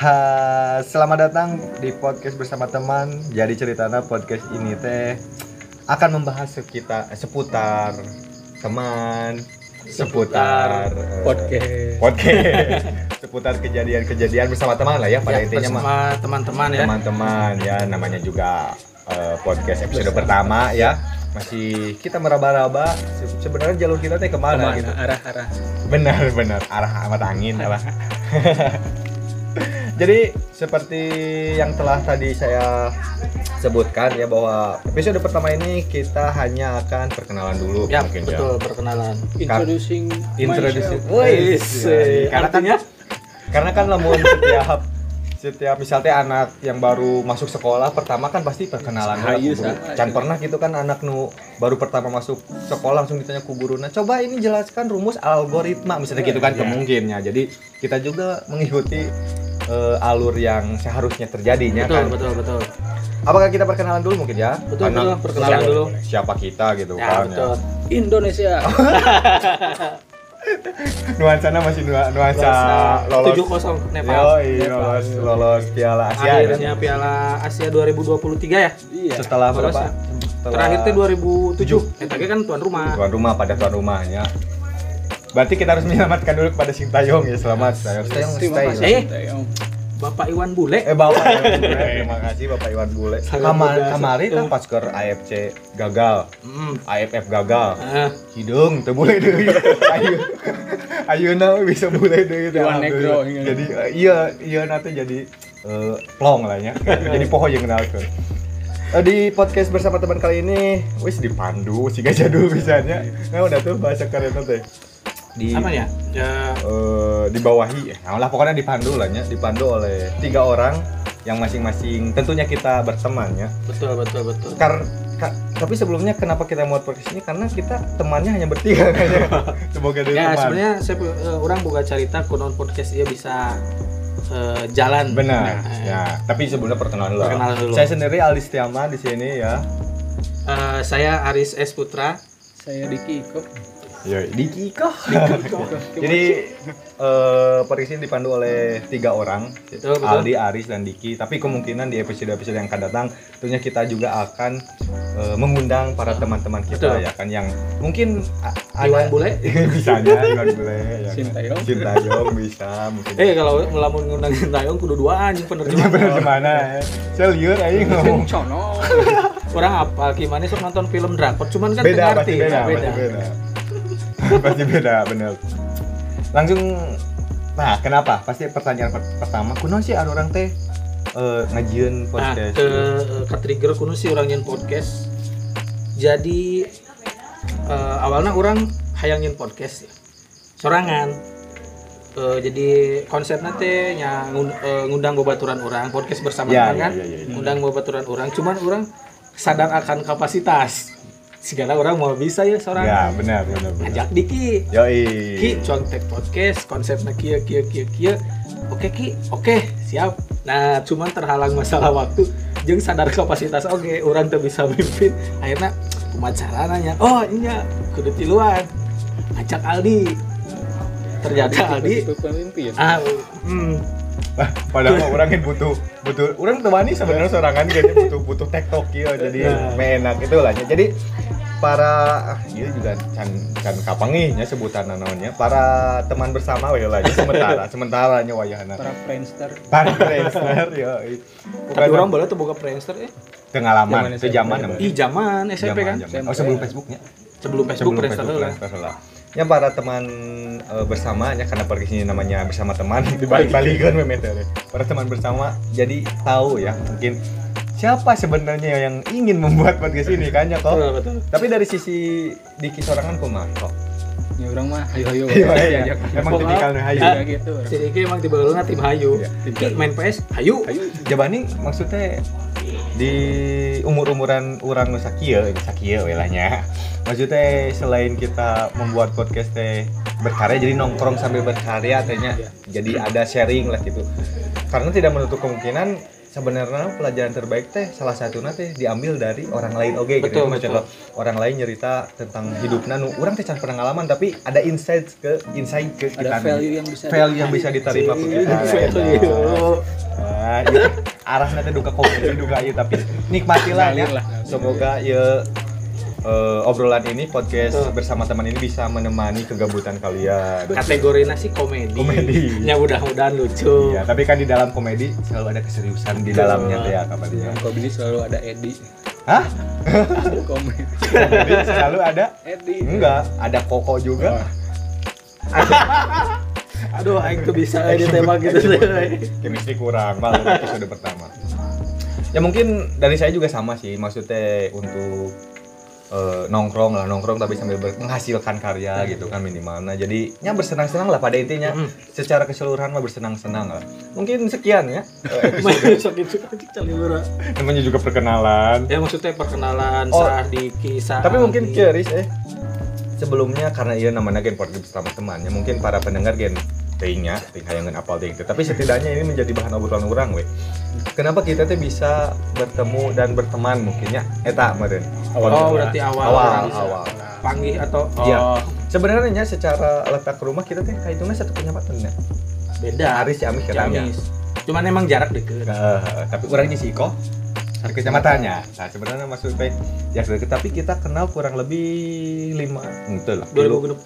Selamat datang di podcast bersama teman. Jadi ceritanya podcast ini teh akan membahas seputar teman, seputar podcast, seputar kejadian-kejadian bersama teman lah ya pada intinya bersama teman-teman ya. Teman-teman ya, namanya juga podcast episode pertama ya. Masih kita meraba-raba sebenarnya jalur kita teh kemana gitu. Arah-arah. Benar arah amat angin lah. Jadi seperti yang telah tadi saya sebutkan ya, bahwa episode pertama ini kita hanya akan perkenalan dulu Ya, mungkin betul, ya. perkenalan. Introducing. Wis. Karena kan lamun setiap misalnya anak yang baru masuk sekolah pertama kan pasti perkenalan dulu. Can pernah gitu kan anak nu baru pertama masuk sekolah langsung ditanya ku guruna, coba ini jelaskan rumus algoritma misalnya gitu kan, kemungkinnya. Jadi kita juga mengikuti alur yang seharusnya terjadinya. Betul. Apakah kita perkenalan dulu mungkin ya? Betul, perkenalan dulu. Siapa kita gitu Ya, kan. betul. Ya. Indonesia. Nuansanya masih nuansa lolos 7-0 Nepal. Lolos Piala Asia. Akhirnya Piala Asia 2023 ya? Iya. Setelah berapa? Terakhir itu 2007. Tadi kan tuan rumah. Pada tuan rumahnya. Berarti kita harus menyelamatkan dulu kepada Sintayong ya. Selamat Sintayong. Sintayong. Bapak Iwan Bule. Bapak Iwan Bule. Terima kasih Bapak Iwan Bule. Kemarin kan pas ke AFC gagal. AFF gagal. Hidung teu bule deui. Ayeuna bisa bule deui teh. Jadi iya nanti jadi plong lah nya. Jadi poho yang kenalkeun. Di podcast bersama teman kali ini wis dipandu siga jadul bisanya. Nah udah tuh bahasa keren teh. Apa ya? Dibawahi lah pokoknya dipandu oleh 3 orang yang masing-masing tentunya kita berteman ya. Betul. Tapi sebelumnya kenapa kita mau podcast ini, karena kita temannya hanya bertiga kayaknya. Semoga dia teman. Sebenarnya orang buka cerita kunon podcast dia bisa jalan. Benar. Ya, tapi sebelumnya perkenalan dulu. Saya sendiri Aldi Setiama di sini ya. Saya Aris S Putra. Saya Diki Iko. Diki Iko. Jadi podcast ini dipandu oleh 3 orang, betul. Aldi, Aris, dan Diki. Tapi kemungkinan di episode-episode yang akan datang tentunya kita juga akan mengundang para teman-teman kita, ya kan, yang mungkin Iwan Bule misalnya Iwan Bule ya, Sintayong bisa mungkin. Kalau melamun ngundang Sintayong kudu 2 anjing penerjemahna. Saya lieur aing ngomong orang apa gimana sok nonton film drakor cuman kan beda. Pasti beda, bener. Langsung, nah kenapa? Pasti pertanyaan pertama, kunaon sih orang teh ngajieun podcast? Ke trigger kunaon sih orang nyen podcast. Jadi awalnya orang hayang nyen podcast ya. Sorangan. Jadi konsepnya teh ngundang babaturan orang, podcast bersama teman kan. Ngundang babaturan orang, cuman orang sadar akan kapasitas. Segala orang mau bisa ya seorang. Ya, benar. Ajak Diki. Ki, contek podcast, konsepnya kia. Oke Ki, oke, siap. Nah, cuman terhalang masalah waktu, jeung sadar kapasitas orang tuh bisa mimpin. Akhirnya kumaha nanya, oh iya, kudu tiluan. Ajak Aldi. Ternyata Aldi pemimpin. Padahal orang kan butuh orang temani sebenarnya sorangan kayaknya butuh tektok ya, jadi enak itulah. Jadi para dia juga can kapangihnya sebutan namanya para teman bersama we lah sementara nya wayahna para friendster ya. Tapi orang boleh tuh buka friendster pengalaman itu zaman SMP kan. Sebelum Facebooknya. Sebelum Facebook friendster lah. Ya para teman bersamanya, karena podcast ini namanya bersama teman, dibalik-balikkan memeter. Para teman bersama jadi tahu ya mungkin siapa sebenarnya yang ingin membuat podcast ini kan ya kok. Betul. Tapi dari sisi Diki sorangan kumaha kok? Ya orang mah hayu. Emang tipikalnya hayu gitu. Si Diki emang tiba-tiba tim hayu. Main PS hayu. Jabani maksudnya di umuran orang nu sakieu we lah nya. Maksudnya selain kita membuat podcast teh berkarya, jadi nongkrong sambil berkarya tehnya. Jadi ada sharing lah gitu. Karena tidak menutup kemungkinan sebenarnya pelajaran terbaik teh salah satunya teh diambil dari orang lain oge gitu. Betul, Maksudnya orang lain nyerita tentang hidupna nu urang teh can pernah ngalaman tapi ada insight ke Ada kita value yang bisa diterima ke kita. Nah, ieu arahna teh duka komedi duka ieu tapi nikmatilah ya. Ngalir lah. Semoga ya obrolan ini podcast bersama teman ini bisa menemani kegabutan kalian. Kategorinya sih komedi. Komedi. Ya mudah-mudahan lucu. Iya, tapi kan di dalam komedi selalu ada keseriusan di dalamnya teh ya kabarnya. Dalam komedi selalu ada Edi. Hah? Komedi. Komedi selalu ada? Edi. Enggak, ada Koko juga. Aduh, aing tuh bisa ditembak gitu deh. Chemistry kurang malu episode pertama. Ya mungkin dari saya juga sama sih, maksudnya untuk nongkrong tapi sambil menghasilkan karya gitu kan minimalnya. Jadi ya bersenang-senang lah pada intinya. Secara keseluruhan mah bersenang-senang lah. Mungkin sekian ya. Namanya juga perkenalan. Ya maksudnya perkenalan Sarah Diki Saat. Tapi mungkin Kiris sebelumnya karena ia namanya gen podcast bersama temannya, mungkin para pendengar gen ting hayangan apal ting. Tapi setidaknya ini menjadi bahan obrolan orang we. Kenapa kita tuh bisa bertemu dan berteman mungkinnya eta meureun. Berarti awal. Panggih atau Iya. Sebenarnya secara letak rumah kita teh kayaknya satu penyambatan ya. beda. Aris Ciamis katanya. Cuman emang jarak deket. Tapi orangnya si Iko di kecamatannya. Nah, sebenarnya maksudnya ya deket tapi kita kenal kurang lebih 5 betul lah.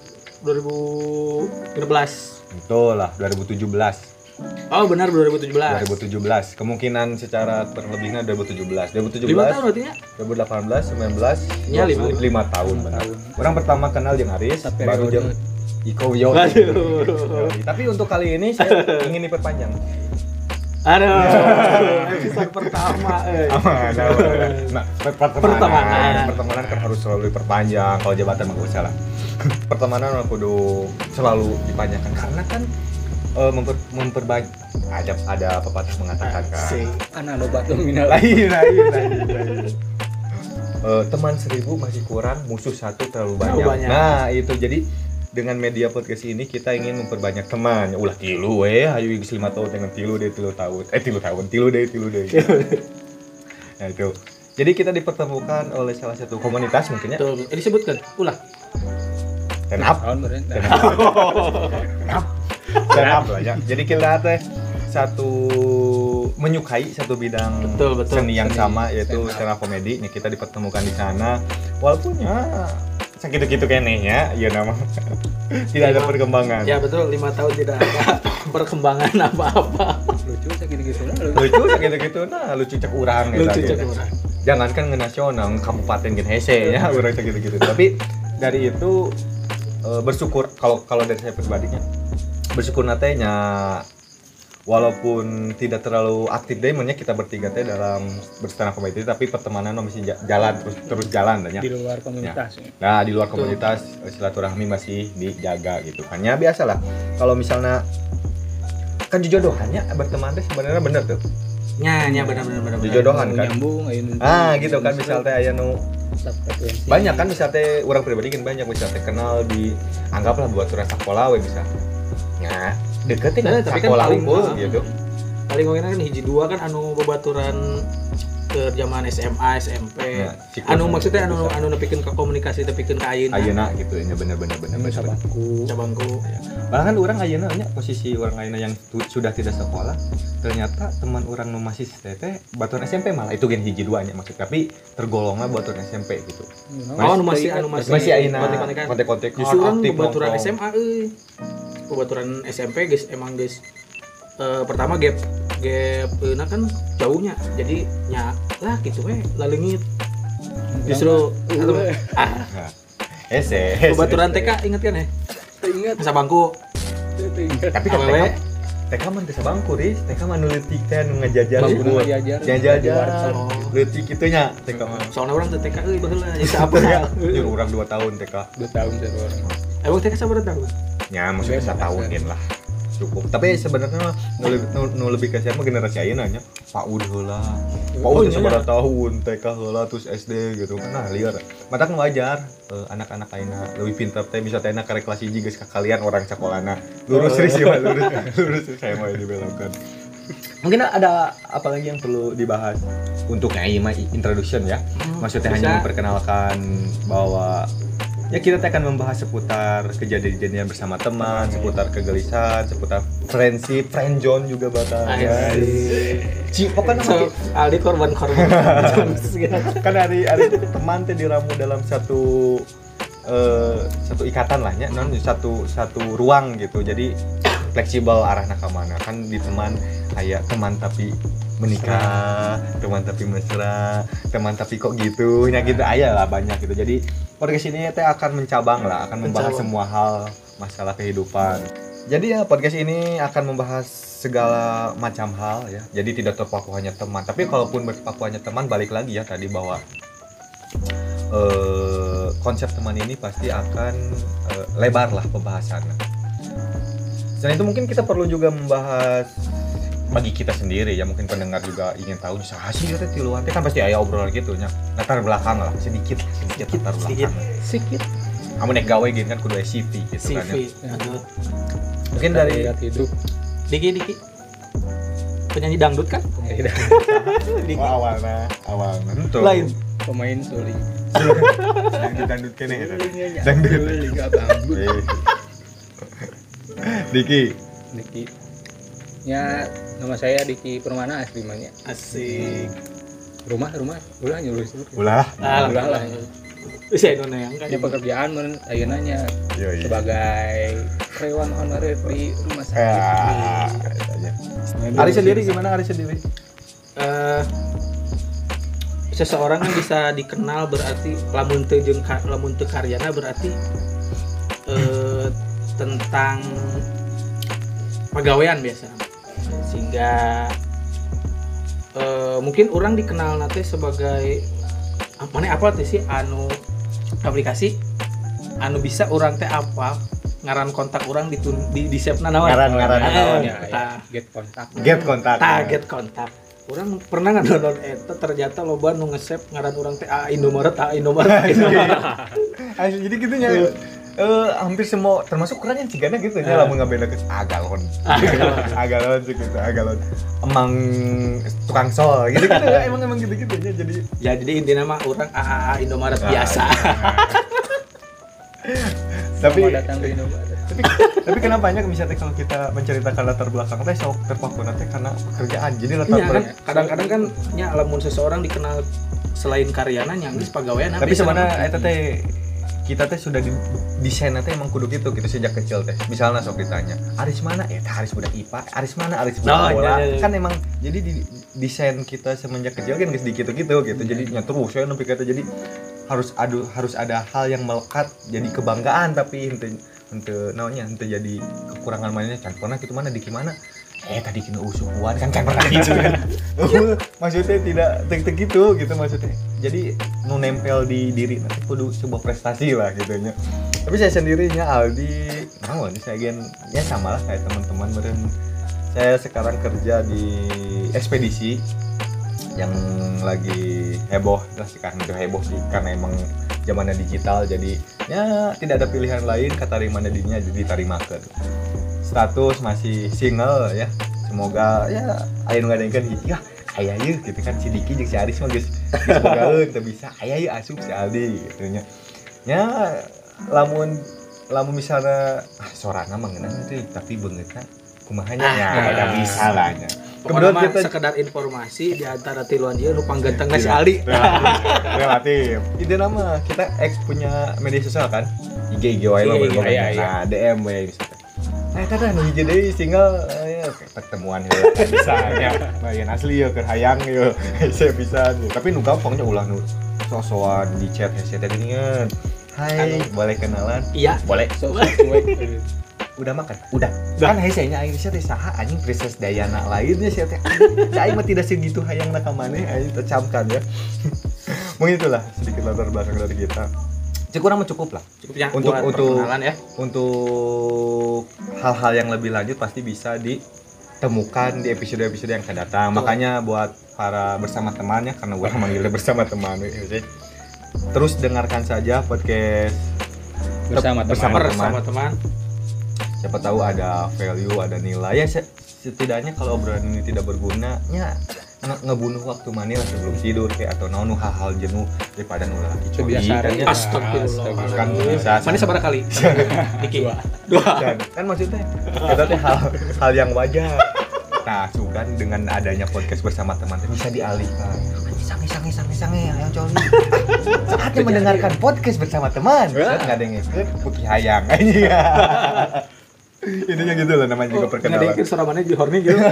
2016. Betul lah 2017. Oh benar 2017. 2017. Kemungkinan secara terlebihnya 2017. 2017. 5 tahun berarti ya? 2018, 19, Ya, 20, 5 tahun benar. Orang pertama kenal jeung Aris, baru jeung Iko Wiyoto. Tapi untuk kali ini saya ingin diperpanjang. Aduh, episode pertama. Aman. Nah, pertemanan kan harus selalu diperpanjang. Kalau jabatan mah gak usah lah. Pertemanan kudu selalu dipanjangkan karena kan memperbanyak ada pepatah mengatakan kan Ana lobat nominal lain. Teman 1000 masih kurang, musuh 1 terlalu banyak. Nah itu jadi dengan media podcast ini kita ingin memperbanyak teman. Ulah tilu ayo 5 tahun dengan tilu tahun. Tilu deh. Nah itu. Jadi kita dipertemukan oleh salah satu komunitas mungkin ya. Tuh, ini sebutkan ulah. Tenap lah ya. Jadi kita teh menyukai satu bidang betul. seni yang sama yaitu stand up komedi. Kita dipertemukan di sana. Walaupun ya segitu-gitu kenehnya ya nama tidak ada perkembangan. Ya betul 5 tahun tidak ada perkembangan apa-apa. lucu segitu-gitu lucu cek urang jangankan ngenasional kabupaten gen hese ya urang segitu-gitu. Tapi dari itu bersyukur kalau dari saya pribadinya bersyukur natenya walaupun tidak terlalu aktif deh kita bertiga teh dalam berstand up komedi tapi pertemanan masih jalan terus jalan ya. Di luar komunitas. Ya. Nah, di luar komunitas silaturahmi masih dijaga gitu. Hanya biasalah kalau misalnya kan jodohannya berteman teh sebenarnya bener tuh. Nya benar. Jodohan kan. Nyambung Gitu kan misal teh aya nu banyak kan misal teh orang pribadi kan banyak misal teh kenal di anggaplah buat surah sekolah we bisa. Nya deketin tapi kan paling gitu. Paling mungkin kan hiji dua kan anu babaturan ke zaman SMA, SMP. Nah, Maksudnya nepikeun ke komunikasi nepikeun ka ayeuna. Ayeuna gitu ya bener. Cabangku. Malah kan orang ayeuna nya posisi orang ayeuna yang sudah tidak sekolah, ternyata teman orang nu masih teh baturan SMP malah itu gen hiji dua nya maksud tapi tergolongnya baturan SMP gitu. Masih ayeuna kontek-kontek justru orang babaturan SMA babaturan SMP guys emang guys pertama gap kan jauhnya jadi nya lah gitu lalengit justru babaturan TK inget kan ya masa bangku tapi kan TK mah teu sabangku Riz TK mah nu leutik teh nu ngajajar jajar leutik kitu nya TK mah soalnya orang teh TK euy baheula jadi apa ya urang 2 tahun TK 2 tahun saya orang emang TK sabaraha tahun ya maksudnya 1 tahun lah cukup tapi sebenarnya nu lebih ke siapa generasi ayeuna nya PAUD heula PAUD sabaraha tahun TK heula terus SD gitu kan liar matak nu wajar anak-anak ayeuna leuwih pintar teh bisa teh karek kelas 1 geus ka kalian orang sakolana lurus Riz ya lurus saya mau dibelokkan Mungkin ada apa lagi yang perlu dibahas untuk introduction ya. Maksudnya hanya memperkenalkan bahwa ya kita akan membahas seputar kejadian-kejadian bersama teman, seputar kegelisahan, seputar friendship, friendzone juga bakal. Pokoknya Aldi korban. Kan hari teman teh diramu dalam satu ikatan lah ya, satu ruang gitu. Jadi fleksibel arahnya ke mana. Kan di teman kayak teman tapi menikah, teman tapi mesra, teman tapi kok gitu. Ya gitu aya lah banyak gitu. Jadi podcast ini teh akan akan membahas semua hal masalah kehidupan. Jadi ya podcast ini akan membahas segala macam hal ya. Jadi tidak terpaku hanya teman. Tapi kalaupun berpaku hanya teman, balik lagi ya tadi bahwa konsep teman ini pasti akan lebar lah pembahasannya. Selain itu mungkin kita perlu juga membahas bagi kita sendiri ya, mungkin pendengar juga ingin tahu sih kita tiluan kan pasti aya obrolan gitu nya. Latar belakang lah sedikit latar belakang. Sedikit. Kamu nek gawe gini kan kudu CV gitu kan ya. Mungkin dari hidup. Diki. Penyanyi dangdut kan? Diki. Awalnya. Betul. Lain. Pemain suling. Dangdut kene ya. Dangdut Liga Bambu. Diki. Ya, nama saya Diki Permana asli namanya. Asik. Rumah ulah nyuruh. Ulah lah. Saya dona yang kan. Ini pekerjaan men ayeunanya sebagai karyawan honorer di rumah sakit. Ari sendiri gimana Ari sendiri? Seseorang yang bisa dikenal berarti lamun teu karyana berarti tentang pegawaian biasa, sehingga mungkin orang dikenal nanti sebagai apa sih anu aplikasi anu bisa orang teh apa ngaran kontak orang di save na naon ngaran get kontak orang pernah ngadon eta ternyata loba nu nge-save ngaran orang teh Indomaret jadi gitu nya. Hampir semua termasuk kurangnya cigana gitu ya lamun ngabena ke agalon emang tukang sol gitu emang gitu ya jadi intinya mah orang Indomaret biasa. Tapi kenapa misalnya kalau kita menceritakan latar belakang teh sok terpaku nanti karena pekerjaan jadi latar belakang kan kadang-kadang kan nya lamun seseorang dikenal selain karyana nya geus pagawean tapi sebenarnya eta teh kita teh sudah desain teh emang kudu gitu sejak kecil teh. Misalnya sok ditanya, Aris mana? Aris budak IPA, Aris mana? Aris budak bola. Kan emang jadi di desain kita semenjak kecil kan geus gitu. Jadi nya terus saya nempi kata jadi harus ada hal yang melekat jadi kebanggaan tapi henteu jadi kekurangan mainnya kan pernah gitu mana di gimana? Tadi kena usukuan kan pernah gitu kan. Maksudnya tidak gitu maksudnya. Jadi nu nempel di diri nanti kudu sebuah prestasi lah gitu nya. Tapi saya sendirinya Aldi, saya ya sama lah kayak teman-teman meren. Saya sekarang kerja di ekspedisi yang lagi heboh lah sekarang itu heboh sih karena emang zamannya digital jadi ya tidak ada pilihan lain katarima dinya jadi tarimakeun. Status masih single ya. Semoga ya aya nu ngadengkeun ya aya ieu gitu kan si Diki jeung si Aris mah geus bogaeun teu bisa aya ieu asup si Aldi gitu nya. Ya lamun misalnya sorana mah ngeunang teh tapi beungeutna kumaha nya ya bisa lah nya. Kemudian kita sekedar informasi di antara tiluan ieu nu pangganteng si Aldi. Relatif. Ide nama kita punya media sosial kan? IG wae mah nah DM we misalnya. Kada nu hiji deui single pertemuan heula misalnya bagian asli ya keur hayang yo saya bisa tapi nu gampangnya ulah nu sosokan di chat hese teh geuningan hai boleh kenalan iya boleh udah makan udah kan hese nya aing teh saha anjing Princess Diana lainnya sia teh aing mah tidak segitu hayangna ka maneh aing tercamkan ya mungkin itulah sedikit latar belakang dari kita. Cukup lah ya, untuk ya. Untuk hal-hal yang lebih lanjut pasti bisa ditemukan di episode-episode yang akan datang. Makanya buat para bersama temannya karena gue manggilnya bersama teman gitu. Terus dengarkan saja podcast bersama teman. Siapa tahu ada value, ada nilai ya. setidaknya kalau obrolan ini tidak berguna nya ngebunuh waktu mana lah sebelum tidur kayak atau naon hal-hal jenuh daripada nu lagi Kebiasaan. Astagfirullah. kan bisa Mana sabar kali? Niki. Dua. kan maksudnya itu teh hal yang wajar. Nah, sudah dengan adanya podcast bersama teman-teman bisa dialihkan. Sange yang coli. Saatnya mendengarkan podcast bersama teman. Enggak ada yang ikut putih hayang aja. Intinya gitu lah namanya juga perkenalan. Ngadengkeun suara mana di horny gitu.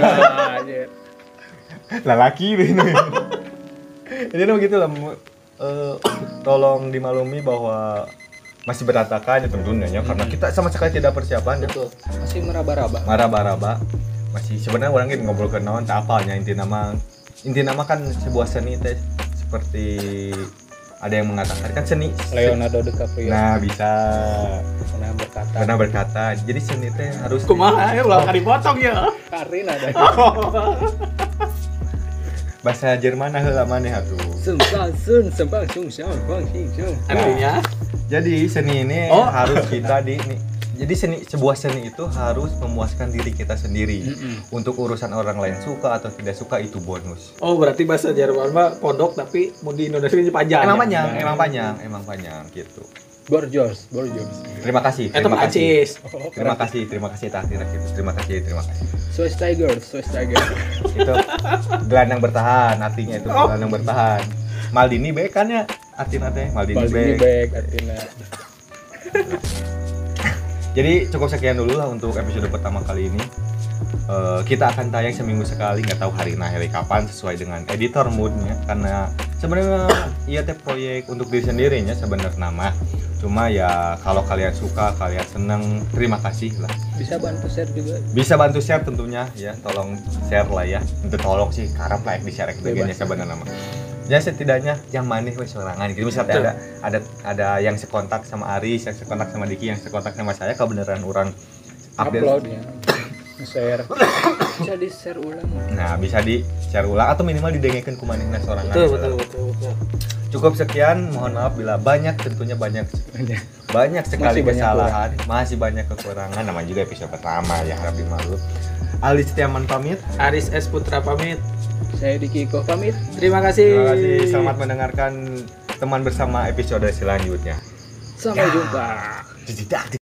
Lelaki ini. Ini mah gitu lah. Tolong dimaklumi bahwa masih berantakan ya tentunya karena kita sama sekali tidak persiapan. Betul. Masih meraba-raba. Maraba-raba. Masih sebenarnya orang ini ngobrol ke naon tak apalnya inti nama kan sebuah seni teh seperti ada yang mengatakan kan seni Leonardo DiCaprio. nah bisa Pernah berkata. berkata jadi seni teh harus Kumaha ya ulah kali potong ya. Karin ada. bahasa Jerman heula maneh atuh. Sembang sung Artinya Jadi seni ini Oh. harus kita jadi sebuah seni itu harus memuaskan diri kita sendiri. Untuk urusan orang lain suka atau tidak suka itu bonus. oh berarti bahasa Jerman mah pondok tapi mau di Indonesia ini panjang. Emang ya? panjang gitu. Borjos. Terima kasih. Itu Pak Acis. Terima kasih takdir gitu. Terima kasih. Swiss Tiger. Itu gelandang bertahan, artinya itu gelandang bertahan. Maldini baik kan ya? Artinya teh Maldini baik. artinya. Jadi cukup sekian dulu lah untuk episode pertama kali ini. Kita akan tayang seminggu sekali, nggak tahu hari kapan sesuai dengan editor moodnya. Karena sebenarnya iya teh proyek untuk diri sendirinya sebenarnya nama. Cuma ya kalau kalian suka, kalian seneng, terima kasih lah. Bisa bantu share juga. Bisa bantu share tentunya ya, tolong share lah ya. Untuk tolong sih, karena like di share sebagainya sebenarnya nama. Ya setidaknya yang manis wes sorangan gitu misalnya ada yang sekontak sama Aris, yang sekontak sama Diki, yang sekontak sama saya kebenaran orang Upload ya. Share. Bisa di share ulang. Nah, bisa di share ulang atau minimal didengekeun ku manehna sorangan. Betul. Cukup sekian, mohon maaf bila banyak sekali kesalahan, masih banyak kekurangan, namanya juga episode pertama ya, harap dimaklum. Ali Setiaman pamit. Aris S Putra pamit. Saya Diki Iko pamit. Terima kasih. Terima kasih. Selamat mendengarkan teman bersama episode selanjutnya. Sampai jumpa. Jejak.